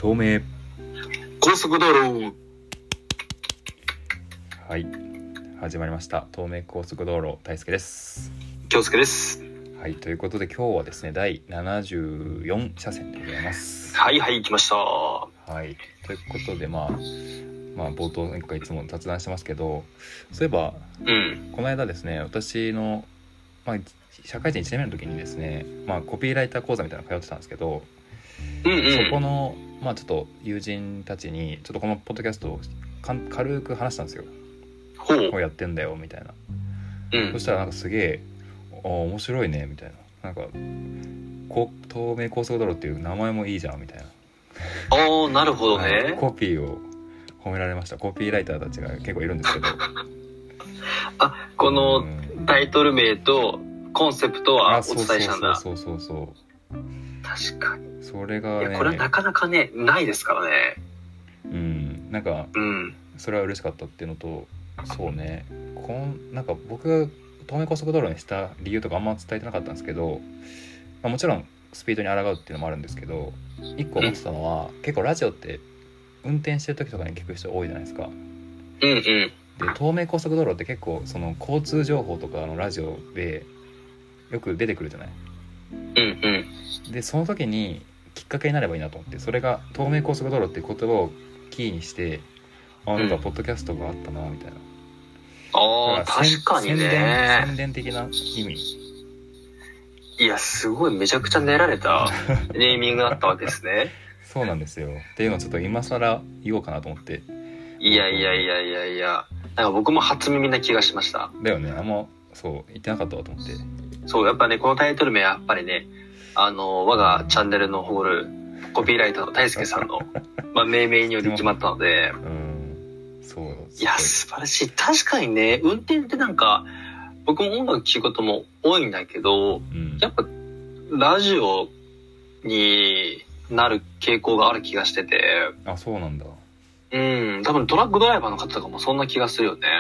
透明高速道路。 はい、始まりました。透明高速道路、大輔です。 京介です。 はい、ということで今日はですね、第74車線でございます。 はいはい、来ました。 はい、ということでまあ冒頭なんかいつも雑談してますけど、そういえば、この間ですね、私の、社会人1年目の時にですね、コピーライター講座みたいなの通ってたんですけど、そこのちょっと友人たちにちょっとこのポッドキャストを軽く話したんですよ。こうやってんだよみたいな、そしたらなんかすげえ面白いねみたいな、なんか透明高速道路っていう名前もいいじゃんみたいな。 なるほどね。 コピーを褒められました。コピーライターたちが結構いるんですけどこのタイトル名とコンセプトはお伝えしたんだ。 そう確かに。 それがね、 いやこれはなかなかねないですからね。 なんか、それは嬉しかったっていうのと、そうね、なんか僕が東名高速道路にした理由とかあんま伝えてなかったんですけど、もちろんスピードに抗うっていうのもあるんですけど、一個思ってたのは、結構ラジオって運転してる時とかに聞く人多いじゃないですか。で、東名高速道路って結構その交通情報とかのラジオでよく出てくるじゃない。でその時にきっかけになればいいなと思って、それが東名高速道路っていう言葉をキーにして、なんかポッドキャストがあったなみたいな。 確かにね。 宣伝的な意味。 いやすごいめちゃくちゃ練られたネーミングだったわけですね。 そうなんですよ。っていうのをちょっと今更言おうかなと思って。 いやなんか僕も初耳な気がしました。 だよね。そう言ってなかったわと思って。 そうやっぱね、このタイトル名やっぱりね、我がチャンネルの誇るコピーライターの大輔さんの命名により決まったので、 そういや素晴らしい。確かにね、運転ってなんか僕も音楽聴くことも多いんだけど、やっぱラジオになる傾向がある気がしてて。 そうなんだ。 多分トラックドライバーの方とかもそんな気がするよね。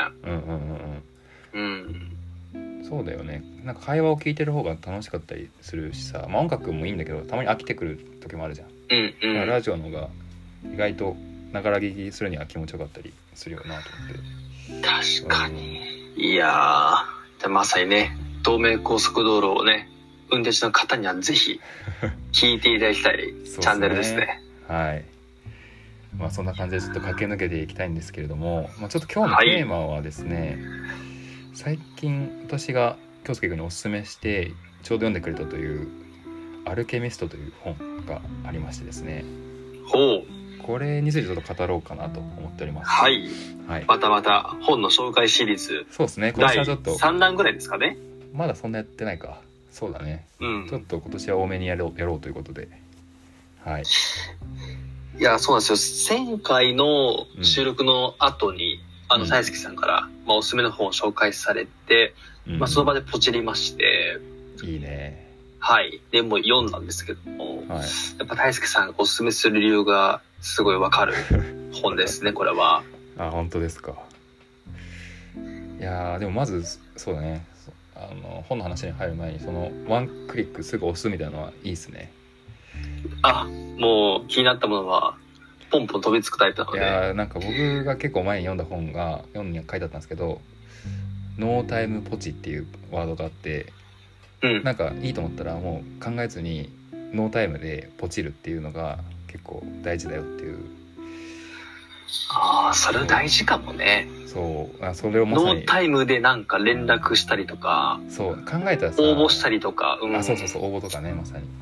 そうだよね。なんか会話を聞いてる方が楽しかったりするしさ、音楽もいいんだけどたまに飽きてくる時もあるじゃん。ラジオの方が意外とながら聞きするには気持ちよかったりするよなと思って。 確かに。いやー、まさにね、東名高速道路をね、運転手の方にはぜひ聞いていただきたいチャンネルですね。 はい。そんな感じでちょっと駆け抜けていきたいんですけれども、ちょっと今日のテーマはですね、最近私が京介君におすすめしてちょうど読んでくれたというアルケミストという本がありましてですね。これについてちょっと語ろうかなと思っております。はい。 また本の紹介シリーズ。 そうですね。今年はちょっと第3弾ぐらいですかね。 まだそんなやってないか。そうだね。ちょっと今年は多めにやろうということで。はい。 いやそうなんですよ。前回の収録の後に、大輔さんから、おすすめの本を紹介されて、その場でポチりまして。 いいね。 はい。でもう読んだんですけども、やっぱ大輔さんがおすすめする理由がすごいわかる本ですね、これは。 本当ですか。いやでもまずそうだね。本の話に入る前にそのワンクリックすぐ押すみたいなのはいいですね。 もう気になったものはポンポン飛びつくタイプなので。 いやなんか僕が結構前に読んだ本が書いてあったんですけど、ノータイムポチっていうワードがあって、なんかいいと思ったらもう考えずにノータイムでポチるっていうのが結構大事だよっていう。 それは大事かもね。 そうそれをまさにノータイムでなんか連絡したりとか、 そう考えたらさ、 応募したりとか、 そう応募とかね、まさに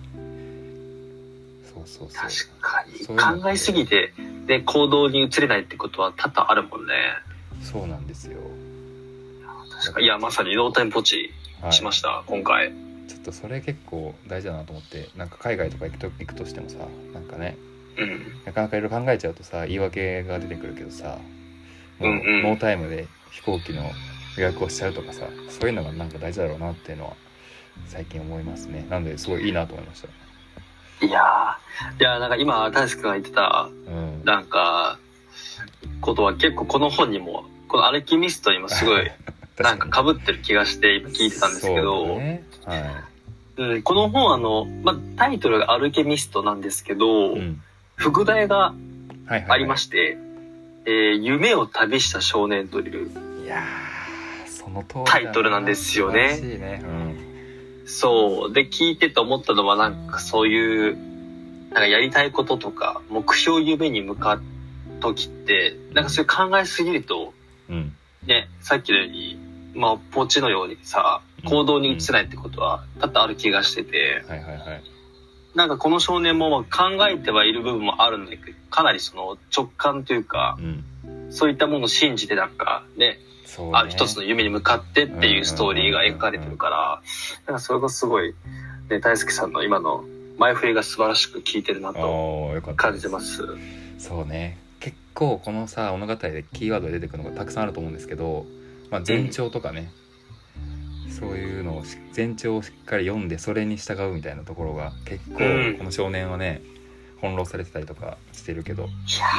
そう確かに考えすぎてで行動に移れないってことは多々あるもんね。 そうなんですよ。 確かに。いやまさにノータイムポチしました、今回。 ちょっとそれ結構大事だなと思って。なんか海外とか行くとしてもさ、なんかね、なかなかいろいろ考えちゃうとさ、言い訳が出てくるけどさ、ノータイムで飛行機の予約をしちゃうとかさ、そういうのがなんか大事だろうなっていうのは最近思いますね。なのですごいいいなと思いました。 いやなんか今大輔が言ってた、なんかことは結構この本にも、このアルキミストにもすごいなんか被ってる気がして今聞いてたんですけど、この本タイトルがアルケミストなんですけど、 副題がありまして、夢を旅した少年といういやその通りタイトルなんですよね。そうで聞いてて思ったのはなんかそういうなんかやりたいこととか目標夢に向かう時ってなんかそういう考えすぎると、ねさっきのようにまあポチのようにさ行動に移せないってことは多々ある気がしてて、なんかこの少年も考えてはいる部分もあるんだけどかなりその直感というか、そういったものを信じてなんかねある一つの夢に向かってっていうストーリーが描かれてるから、なんかそれがすごい、ね、大輔さんの今の前振りが素晴らしく効いてるなと感じてます。 そうね結構このさ物語でキーワードが出てくるのがたくさんあると思うんですけど、まあ、前兆とかね、そういうのを前兆をしっかり読んでそれに従うみたいなところが結構この少年はね翻弄されてたりとかしてるけど、 いや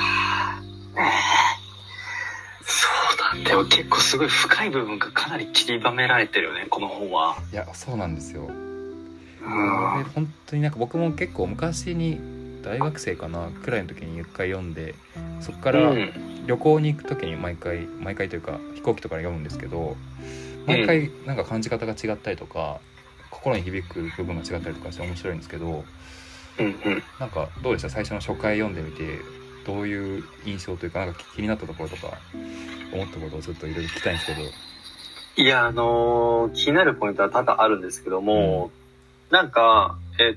そうなんだよ。結構すごい深い部分がかなり散りばめられてるよねこの本は。 いやそうなんですよ。本当になんか僕も結構昔に大学生かなくらいの時に一回読んでそこから旅行に行く時に毎回というか飛行機とかで読むんですけど毎回なんか感じ方が違ったりとか心に響く部分が違ったりとかして面白いんですけど、なんかどうでした最初の初回読んでみてどういう印象というかなんか気になったところとか思ったことをちょっといろいろ聞きたいんですけど。 いや気になるポイントは多々あるんですけども、なんか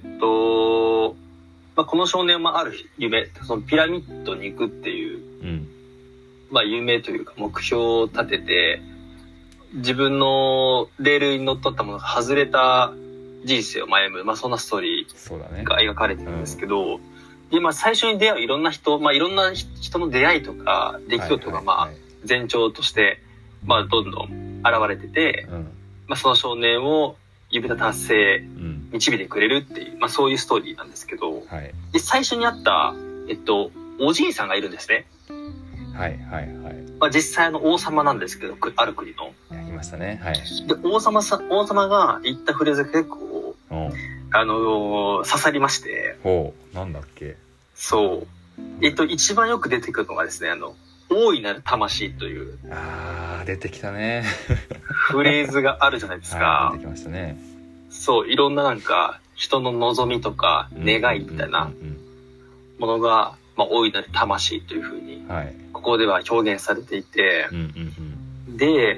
まあ、この少年はある夢そのピラミッドに行くっていう、まあ、夢というか目標を立てて自分のレールにのっとったものが外れた人生を歩む、まあ、そんなストーリーが描かれてるんですけど、でまあ、最初に出会ういろんな人、まあ、いろんな人の出会いとか出来事がまあ前兆としてまあどんどん現れてて、まあ、その少年を夢の達成導いてくれるっていう、まあ、そういうストーリーなんですけど、で最初に会ったおじいさんがいるんですね。まあ、実際王様なんですけどある国のいましたね。 で王様が言ったフレーズが結構刺さりまして。 なんだっけ。 そう一番よく出てくるのがですね大いなる魂という出てきたねフレーズがあるじゃないですか。 出てきましたね。 そういろんななんか人の望みとか願いみたいなものが、まあ、大いなる魂というふうにここでは表現されていて、で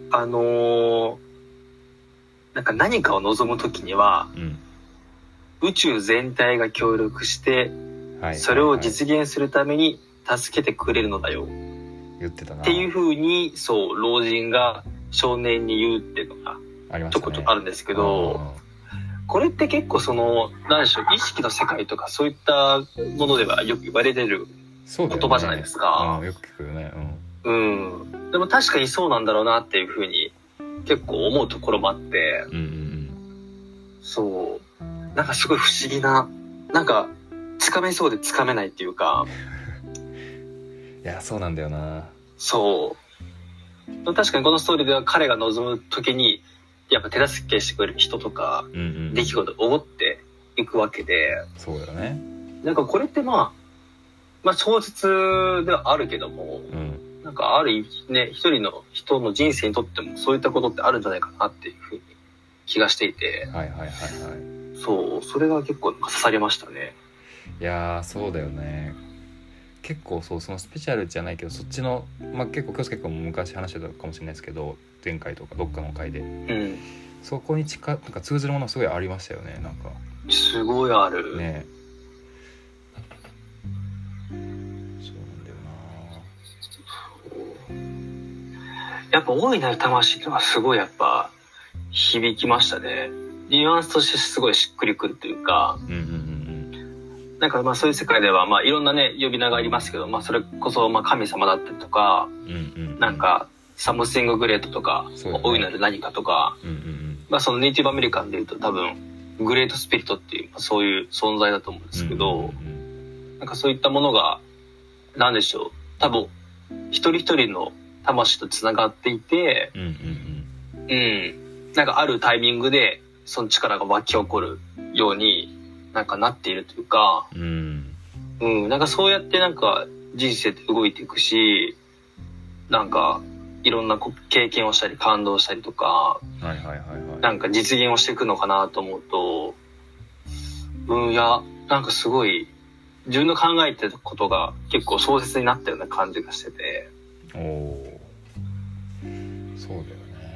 なんか何かを望むときには、宇宙全体が協力してそれを実現するために助けてくれるのだよ言ってたなっていう風にそう老人が少年に言うっていうのがちょこちょこあるんですけど、これって結構その何でしょう意識の世界とかそういったものではよく言われてる言葉じゃないですか。 よく聞くよね。 でも確かにそうなんだろうなっていう風に結構思うところもあって、そうなんかすごい不思議ななんかつかめそうでつかめないっていうかいやそうなんだよな。 そう確かにこのストーリーでは彼が望む時にやっぱ手助けしてくれる人とか出来事を追っていくわけで、 そうだよね。 なんかこれってまあ小説ではあるけども、なんかあるね一人の人の人生にとってもそういったことってあるんじゃないかなっていうふうに気がしていて、そうそれが結構刺さりましたね。 いやそうだよね。結構そのスペシャルじゃないけどそっちの、まあ、結構京介君も昔話してたかもしれないですけど前回とかどっかの回で、そこになんか通ずるものすごいありましたよね。なんかすごいあるね。そうなんだよな。やっぱ大いなる魂ってのはすごいやっぱ響きましたね。ニュアンスとしてすごいしっくりくるというか、なんかまあそういう世界ではまあいろんなね呼び名がありますけど、まあそれこそまあ神様だったりとか、なんかサムシンググレートとか、大いなる何かとか、まあそのネイティブアメリカンでいうと多分グレートスピリットっていうそういう存在だと思うんですけど、なんかそういったものが何でしょう多分一人一人の魂とつながっていて、なんかあるタイミングでその力が湧き起こるようになんかなっているというか、 なんかそうやってなんか人生って動いていくし、なんかいろんな経験をしたり感動したりとか、なんか実現をしていくのかなと思うと、いや、なんかすごい自分の考えてたことが結構小説になったような感じがしてて。 そうだよね。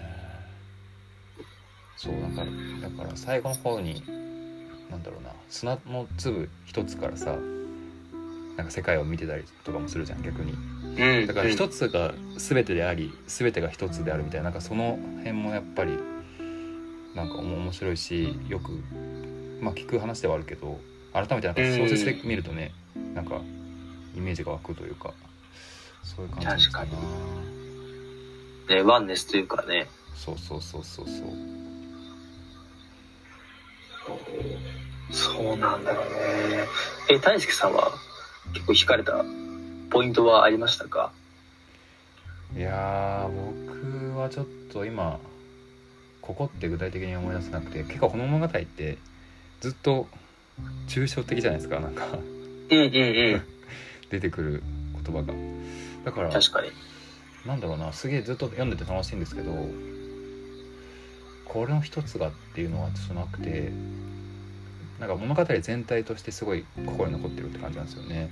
そうだから最後の方になんだろうな、砂の粒一つからさ、なんか世界を見てたりとかもするじゃん、逆に。だから一つが全てであり、全てが一つであるみたいな、なんかその辺もやっぱりなんか面白いし、よくまあ聞く話ではあるけど、改めてなんか小説で見るとね、なんかイメージが湧くというか、そういう感じかな。 確かにね、ワンネスというかね。 そう。 そうなんだろうね。大輔さんは結構惹かれたポイントはありましたか？ いや僕はちょっと今ここって具体的に思い出せなくて、結構この物語ってずっと抽象的じゃないですか、なんか出てくる言葉が。だから確かになんだろうな、すげえずっと読んでて楽しいんですけど、これの一つがっていうのはちょっとなくて、なんか物語全体としてすごい心に残ってるって感じなんですよね。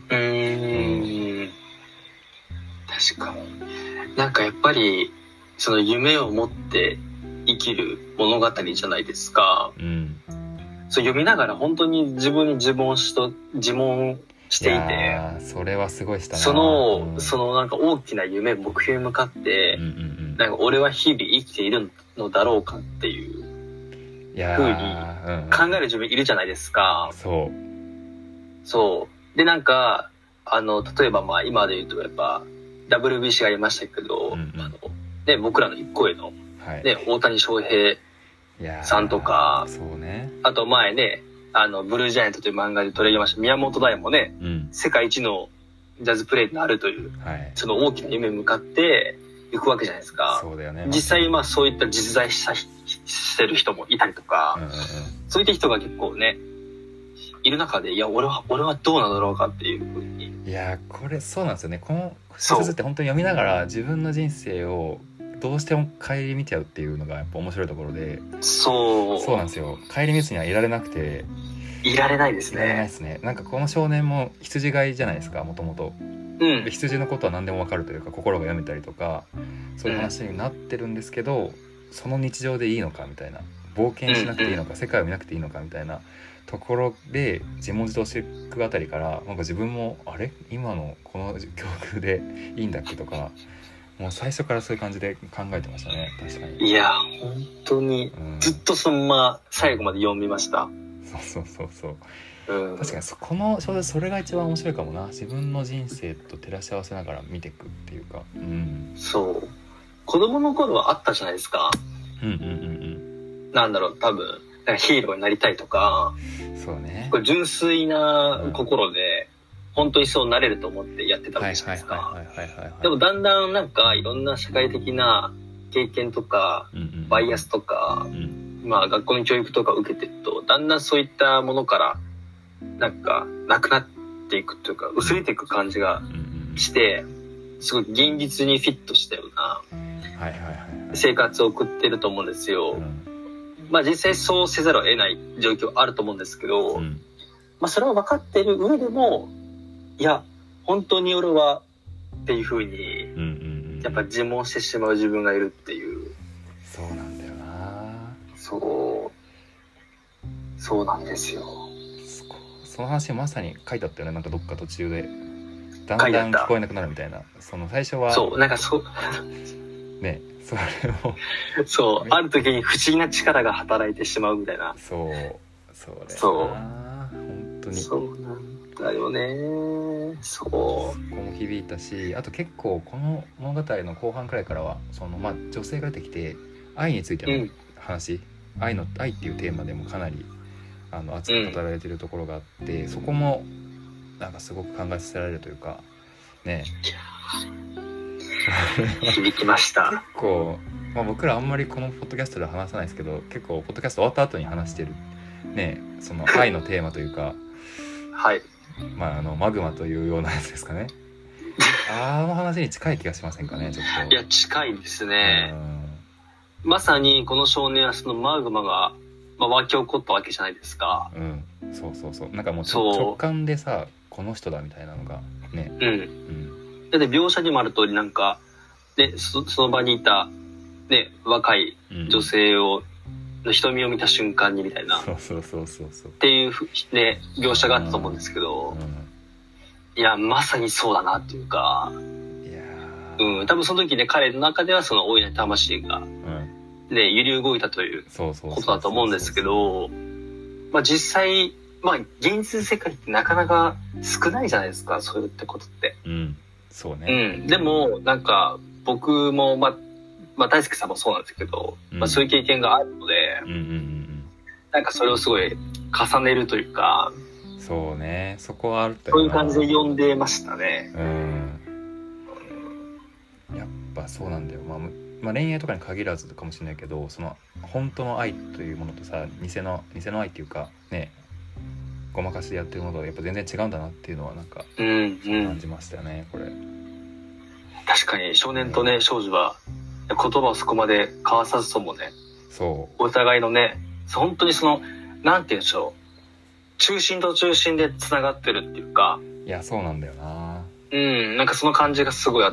確かに。なんかやっぱりその夢を持って生きる物語じゃないですか。そう読みながら本当に自分に自問していて、 それはすごいしたな。 そのなんか大きな夢、目標に向かって、なんか俺は日々生きているのだろうかっていう風に考える自分いるじゃないですか。そうで、なんか例えばまあ今で言うとやっぱ WBC がありましたけど、で僕らの一個上の、大谷翔平さんとか、あと前ね、ブルージャイアントという漫画で取り上げました宮本大もね、世界一のジャズプレイになるという、その大きな夢に向かっていくわけじゃないですか。 そうだよね。 実際まあそういった実在してる人もいたりとか、そういった人が結構ねいる中で、いや俺はどうなんだろうかっていうふうに。 いやこれそうなんですよね。この小説って本当に読みながら自分の人生をどうしても顧みちゃうっていうのがやっぱ面白いところで、そうなんですよ。顧みずにはいられなくて。 いられないですね。 いられないですね。なんかこの少年も羊飼いじゃないですか、もともと。羊のことは何でも分かるというか、心が読めたりとかそういう話になってるんですけど、その日常でいいのかみたいな、冒険しなくていいのか、世界を見なくていいのかみたいなところで自問自答していくあたりから、なんか自分もあれ今のこの境遇でいいんだっけとか、もう最初からそういう感じで考えてましたね。確かに。 いや本当にずっとそのまま最後まで読みました。 そう確かにこの小説それが一番面白いかもな。自分の人生と照らし合わせながら見ていくっていうか、 そう子供の頃はあったじゃないですか。なんだろう、多分ヒーローになりたいとか、 そうね、 これ純粋な心で本当にそうなれると思ってやってたわけじゃないですか。でもだんだんなんかいろんな社会的な経験とか、バイアスとか、まあ学校の教育とか受けてると、だんだんそういったものからなんかなくなっていくというか薄れていく感じがして、すごい現実にフィットしたような生活を送ってると思うんですよ。まあ実際そうせざるを得ない状況あると思うんですけど、まあそれは分かっている上でも、いや本当に俺はっていう風にやっぱ自問してしまう自分がいるっていう。 そうなんだよな。 そうなんですよ。 その話まさに書いてあったよね。なんかどっか途中でだんだん聞こえなくなるみたいな。その最初はなんかね、それをある時に不思議な力が働いてしまうみたいな。 そう本当にそうなんだよね。そこも響いたし、あと結構この物語の後半くらいからはまあ女性が出てきて愛についての話、愛っていうテーマでもかなり熱く語られてるところがあって、そこもなんかすごく考えさせられるというかね。 響きました。 結構、まあ、僕らあんまりこのポッドキャストでは話さないですけど、結構ポッドキャスト終わった後に話してるね、その愛のテーマというかマグマというようなやつですかね。あの話に近い気がしませんかね、ちょっと。 いや、近いですね。まさにこの少年はそのマグマが、湧き起こったわけじゃないですか。 そうなんかもう直感でさ、この人だみたいなのがね。 だって描写にもある通り、なんかでその場にいたね若い女性を、の瞳を見た瞬間にみたいな、 そうっていうね描写があったと思うんですけど、いやまさにそうだなっていうか、多分その時ね彼の中ではその大いな魂がね揺り動いたということだと思うんですけど、実際現実世界ってなかなか少ないじゃないですか、そういったことって。 そうね。 でもなんか僕も大輔さんもそうなんですけど、そういう経験があるので、なんかそれをすごい重ねるというか、 そうね、そこはあるとそういう感じで読んでましたね。 やっぱそうなんだよ。恋愛とかに限らずかもしれないけど、その本当の愛というものとさ、偽の愛っていうかね、ごまかしでやってるものはやっぱ全然違うんだなっていうのはなんか感じましたよね、これ。 確かに少年とね、少女は言葉をそこまで交わさずともね、お互いのね、本当にそのなんて言うんでしょう、中心と中心でつながってるっていうか。 いやそうなんだよな。 なんかその感じがすごいあって、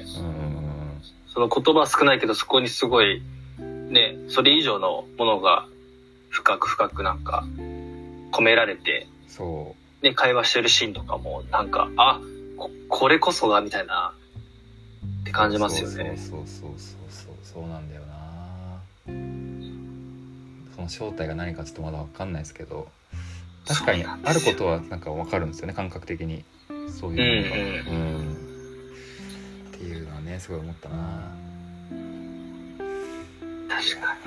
その言葉は少ないけどそこにすごいね、それ以上のものが深くなんか込められて、ね、会話してるシーンとかもなんかこれこそがみたいなって感じますよね。 そうなんだよな。その正体が何かちょっとまだ分かんないですけど、確かにあることはなんか分かるんですよね、感覚的に。そういうのが、っていうのはねすごい思ったな。 確か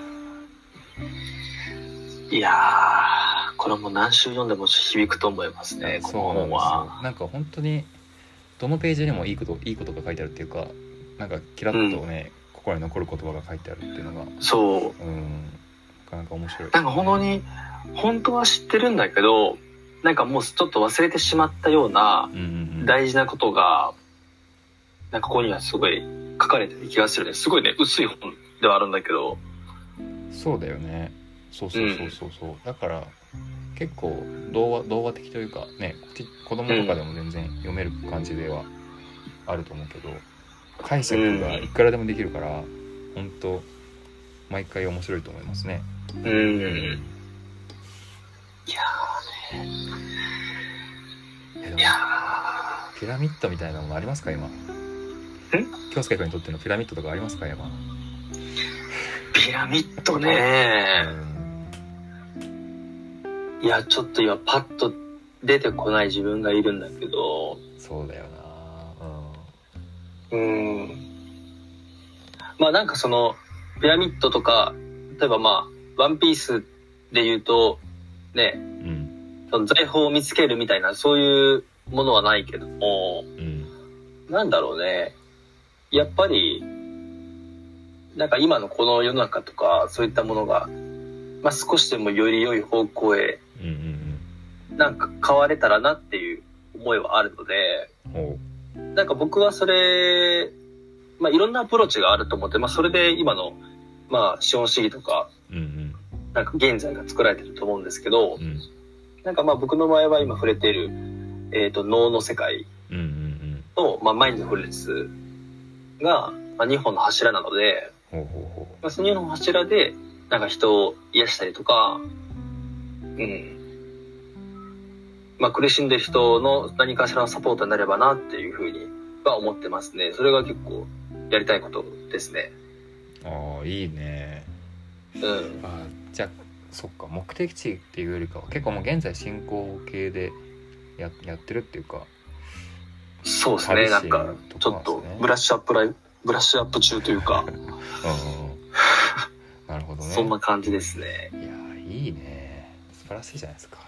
に。いやー、これも何週読んでも響くと思いますね、この本は。 なんか本当にどのページにもいいことが書いてあるっていうか、なんかキラッとね、心に残る言葉が書いてあるっていうのが、なかなか面白い、ね。 なんか本当に本当は知ってるんだけど、なんかもうちょっと忘れてしまったような大事なことが、なんかここにはすごい書かれてる気がするね。すごいね、薄い本ではあるんだけど。 そうだよね。そう、だから結構童話的というかね、子供とかでも全然読める感じではあると思うけど、解釈がいくらでもできるから、本当毎回面白いと思いますね。 いやーね。 ピラミッドみたいなのありますか今？京介君にとってのピラミッドとかありますか今？ ピラミッドね。いやちょっと今パッと出てこない自分がいるんだけど。 そうだよな。なんかそのピラミッドとか、例えばワンピースで言うとね、その財宝を見つけるみたいなそういうものはないけども、なんだろうね、やっぱりなんか今のこの世の中とかそういったものが、少しでもより良い方向へなんか変われたらなっていう思いはあるので、なんか僕はそれ、いろんなアプローチがあると思って、それで今の資本主義とか、なんか現在が作られてると思うんですけど、なんか僕の場合は今触れている、脳の世界と、マインドフルネスが、2本の柱なので、その2本の柱でなんか人を癒したりとか、苦しんでる人の何かしらのサポートになればなっていうふうには思ってますね。それが結構やりたいことですね。 いいね。じゃあそっか、目的地っていうよりかは結構もう現在進行形で やってるっていうか。 そうですね。なんかちょっとブラッシュアップ中というかなるほどね。 そんな感じですね。 いやいいね、素晴らしいじゃないですか。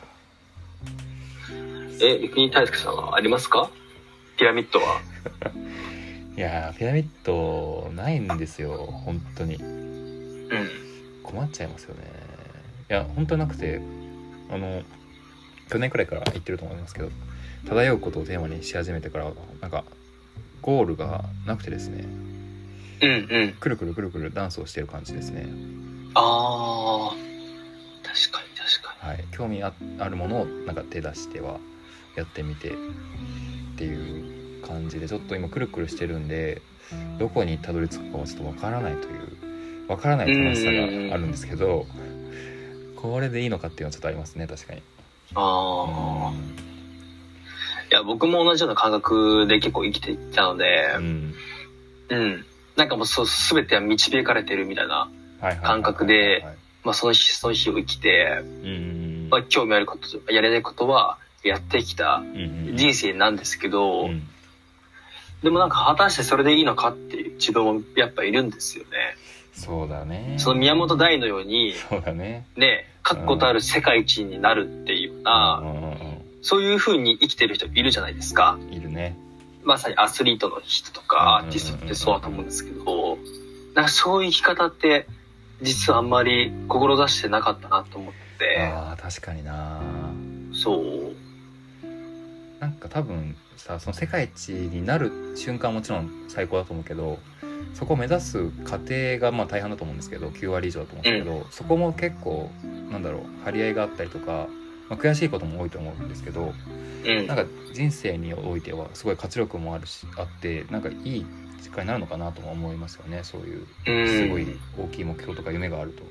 逆に大輔さんはありますか？ピラミッドは。 いやピラミッドないんですよ本当に。困っちゃいますよね。いや本当なくて、 去年くらいから言ってると思いますけど、漂うことをテーマにし始めてからなんかゴールがなくてですね、くるくるくるくるダンスをしてる感じですね。 ああ、確かに確かに、はい、興味 あるものをなんか手出してはやってみてっていう感じで、ちょっと今くるくるしてるんでどこにたどり着くかはちょっとわからないというわからない楽しさがあるんですけど、これでいいのかっていうのはちょっとありますね、確かに。 ああ、いや僕も同じような感覚で結構生きていったので、なんかもう全ては導かれてるみたいな感覚で、その日その日を生きて、興味あることやれないことはやってきた人生なんですけど、でもなんか果たしてそれでいいのかっていう自分もやっぱいるんですよね。 そうだね。 その宮本大のように、 そうだね。 確固たる世界一になるっていうような、そういう風に生きてる人いるじゃないですか。 いるね。 まさにアスリートの人とかアーティストってそうだと思うんですけど、なんかそういう生き方って実はあんまり志してなかったなと思って。 ああ、確かにな。 そう。 なんか多分さ、その世界一になる瞬間はもちろん最高だと思うけど、そこを目指す過程がまあ大半だと思うんですけど、9割以上だと思うんですけど、そこも結構なんだろう、張り合いがあったりとか、悔しいことも多いと思うんですけど、なんか人生においてはすごい活力もあるし、あって、なんかいい時間になるのかなとも思いますよね。そういうすごい大きい目標とか夢があると。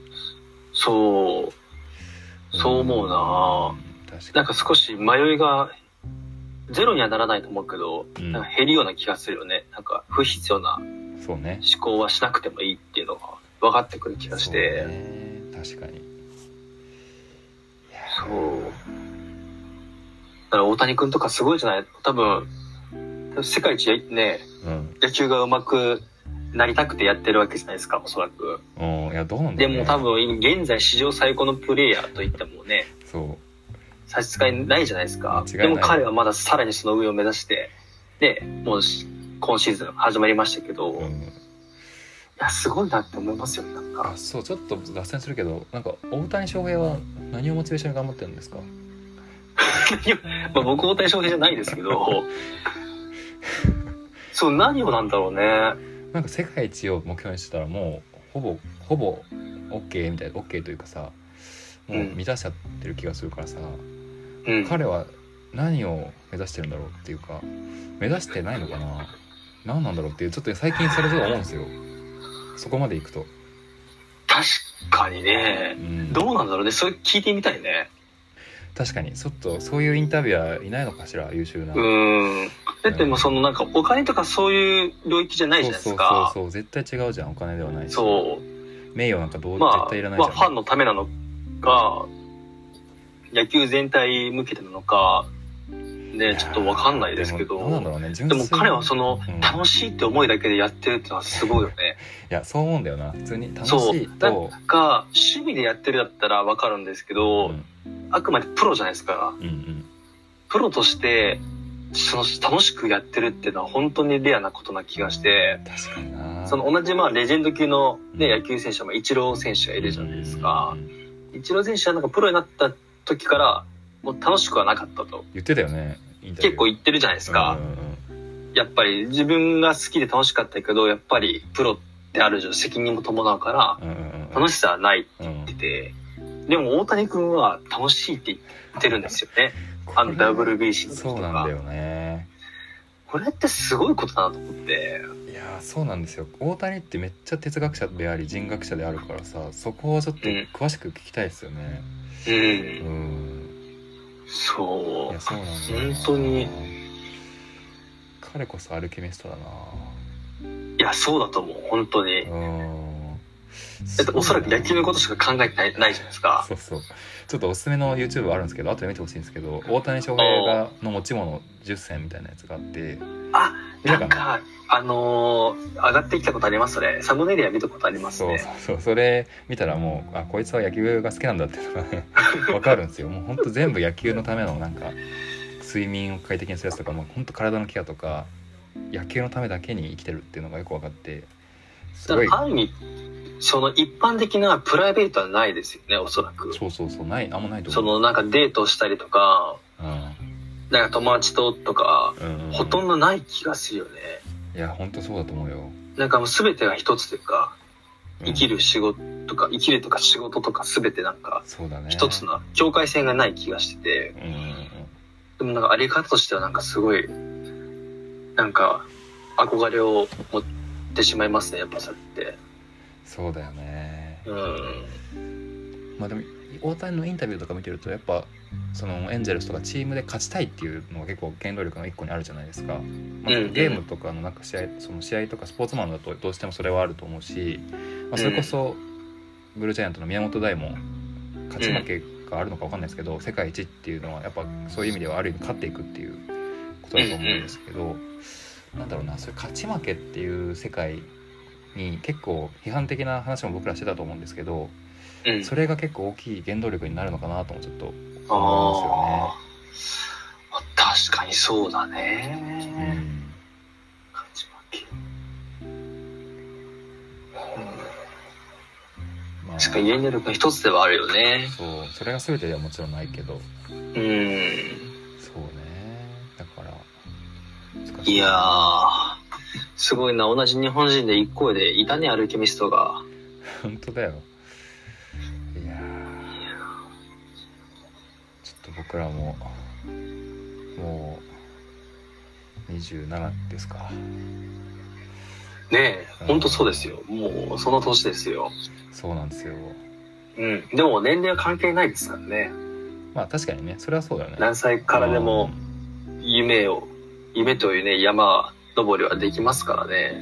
そう思うな。なんか少し迷いがゼロにはならないと思うけど、なんか減るような気がするよね。なんか不必要な思考はしなくてもいいっていうのが分かってくる気がして。 確かに。 そう。だから大谷君とかすごいじゃない。多分世界一ね、野球が上手くなりたくてやってるわけじゃないですか、おそらく。 いや、どうなんだろうね。でも多分現在史上最高のプレイヤーといってもね、差し支えないじゃないですか。でも彼はまださらにその上を目指して、もう今シーズン始まりましたけど、いやすごいなって思いますよ。なんかそう、ちょっと脱線するけど、なんか大谷翔平は何をモチベーションに頑張ってるんですか？ 僕大谷翔平じゃないですけどそう何をなんだろうね。 なんか世界一を目標にしてたらもうほぼ OK みたいな、 OK というかさ、もう満たしちゃってる気がするからさ、彼は何を目指してるんだろうっていうか、目指してないのかな、何なんだろうっていう、ちょっと最近それぞれ思うんですよ、そこまでいくと。 確かにね、どうなんだろうね。それ聞いてみたいね。 確かにちょっとそういうインタビュアーいないのかしら、優秀な。 だってもうそのなんかお金とかそういう領域じゃないじゃないですか。 そう絶対違うじゃん。お金ではないし、名誉なんか絶対いらないじゃん。 ファンのためなのか野球全体向けてなのかね、ちょっと分かんないですけど、 どうなんだろうね。 でも彼はその楽しいって思いだけでやってるってのはすごいよね。 いやそう思うんだよな。普通に楽しいと、 なんか趣味でやってるだったら分かるんですけど、あくまでプロじゃないですか。プロとしてその楽しくやってるっていうのは本当にレアなことな気がして。 確かにな。 その同じレジェンド級の、野球選手はイチロー選手がいるじゃないですか。イチロー選手はなんかプロになった時からもう楽しくはなかったと言ってたよね。 結構言ってるじゃないですか。やっぱり自分が好きで楽しかったけど、やっぱりプロである以上責任も伴うから楽しさはないって言ってて、でも大谷君は楽しいって言ってるんですよね。WBC の時とか。 そうなんだよね。 これってすごいことだなと思って。 いやそうなんですよ。大谷ってめっちゃ哲学者であり人格者であるからさ、そこはちょっと詳しく聞きたいですよね。 そう。 いやそうなんだよ。 本当に彼こそアルケミストだな。 いやそうだと思う、本当に。だっておそらく野球のことしか考えてないじゃないですか。 そうちょっとおすすめの YouTube あるんですけど、後で見てほしいんですけど、大谷翔平の持ち物10選みたいなやつがあって、 なんか上がってきたことあります。それサムネイルは見たことありますね。 それ見たらもうこいつは野球が好きなんだっていうのがね分かるんですよ。もうほんと全部野球のためのなんか睡眠を快適にするやつとか、もうほんと体のケアとか野球のためだけに生きてるっていうのがよく分かって、 すごい。 ある意味その一般的なプライベートはないですよね、おそらく。 そうそうそう、ない、あんまないと思う。 そのなんかデートしたりとか、 うん、 なんか友達ととか、ほとんどない気がするよね。 いや本当そうだと思うよ。 なんかもう全てが一つというか、生きる仕事とか、生きるとか仕事とか全てなんか一つの境界線がない気がしてて、でもなんかあり方としてはなんかすごいなんか憧れを持ってしまいますね、やっぱそれって。 そうだよね。まあでも大谷のインタビューとか見てるとやっぱそのエンゼルスとかチームで勝ちたいっていうのが結構原動力の一個にあるじゃないですか。まあ、ゲームとかのなんかその試合とかスポーツマンだとどうしてもそれはあると思うし、まあ、それこそブルージャイアントの宮本大も勝ち負けがあるのか分かんないですけど、世界一っていうのはやっぱそういう意味ではある意味勝っていくっていうことだと思うんですけど、なんだろうな、そういう勝ち負けっていう世界に結構批判的な話も僕らしてたと思うんですけど、それが結構大きい原動力になるのかなともちょっと思いますよね。 確かにそうだね。勝ち負け。まあ、確かに原動力の一つではあるよね。 そう、それが全てではもちろんないけど。そうね。だから難しい。 いやー、すごいな、同じ日本人で一個でいたね、アルケミストが。 本当だよ。いやちょっと僕らももう27ですかねえ。本当そうですよ。もうその年ですよ。 そうなんですよ。 でも年齢は関係ないですからね。 まあ確かにね、それはそうだよね。 何歳からでも夢というね、山登りはできますからね。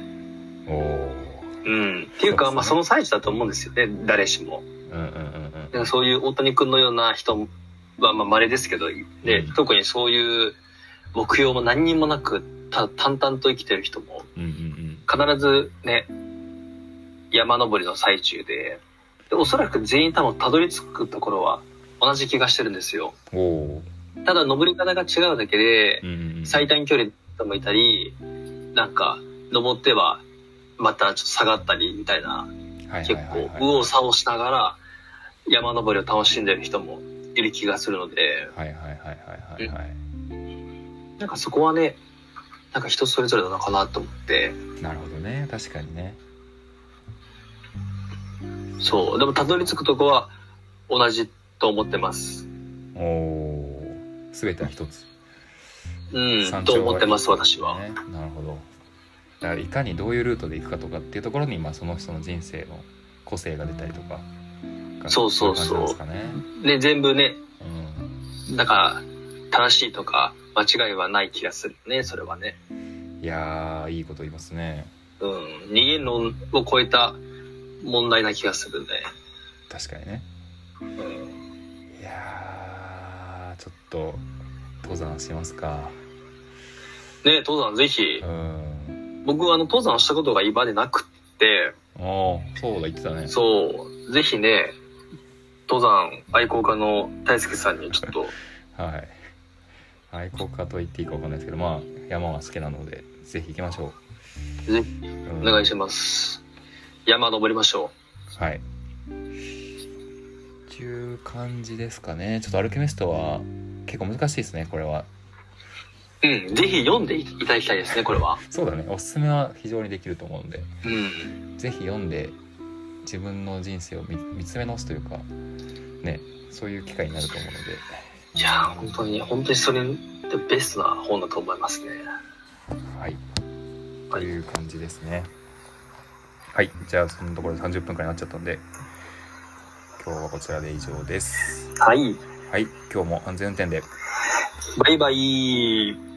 っていうか、まあその最中だと思うんですよね、誰しも。そういう大谷君のような人はまあ稀ですけど、で、特にそういう目標も何にもなく淡々と生きてる人も必ずね、山登りの最中でおそらく全員多分たどり着くところは同じ気がしてるんですよ。ただ登り方が違うだけで、最短距離の人もいたり、なんか登ってはまたちょっと下がったりみたいな、結構右往左往しながら山登りを楽しんでる人もいる気がするので、なんかそこはね、なんか人それぞれなのかなと思って。 なるほどね、確かにね。 そう、でもたどり着くとこは同じと思ってます。 全ては一つ。 と思ってます、私は。 なるほど。だからいかにどういうルートで行くかとかっていうところに、まあその人の人生の個性が出たりとか。 そうそうそう。ね、全部ね、だから正しいとか間違いはない気がするね、それはね。 いやー、いいこと言いますね。 二元論を超えた問題な気がするね。 確かにね。いやー、ちょっと登山しますかね。登山ぜひ。僕は登山したことが今までなくって。 そうだ、言ってたね。 そう、ぜひね、登山愛好家の大輔さんにちょっとはい、愛好家と言っていいか分かんないですけど、まあ山は好きなのでぜひ行きましょう。お願いします。山登りましょう。はいっていう感じですかね。ちょっとアルケミストは結構難しいですね、これは。 ぜひ読んでいただきたいですね、これは。 そうだね、おすすめは非常にできると思うんで、ぜひ読んで自分の人生を見つめ直すというかね、そういう機会になると思うので。 いや本当にそれってベストな本だと思いますね。 はい、という感じですね。はい、じゃあそのところで30分くらいになっちゃったんで今日はこちらで以上です。 はい、 今日も安全運転で。 バイバイ。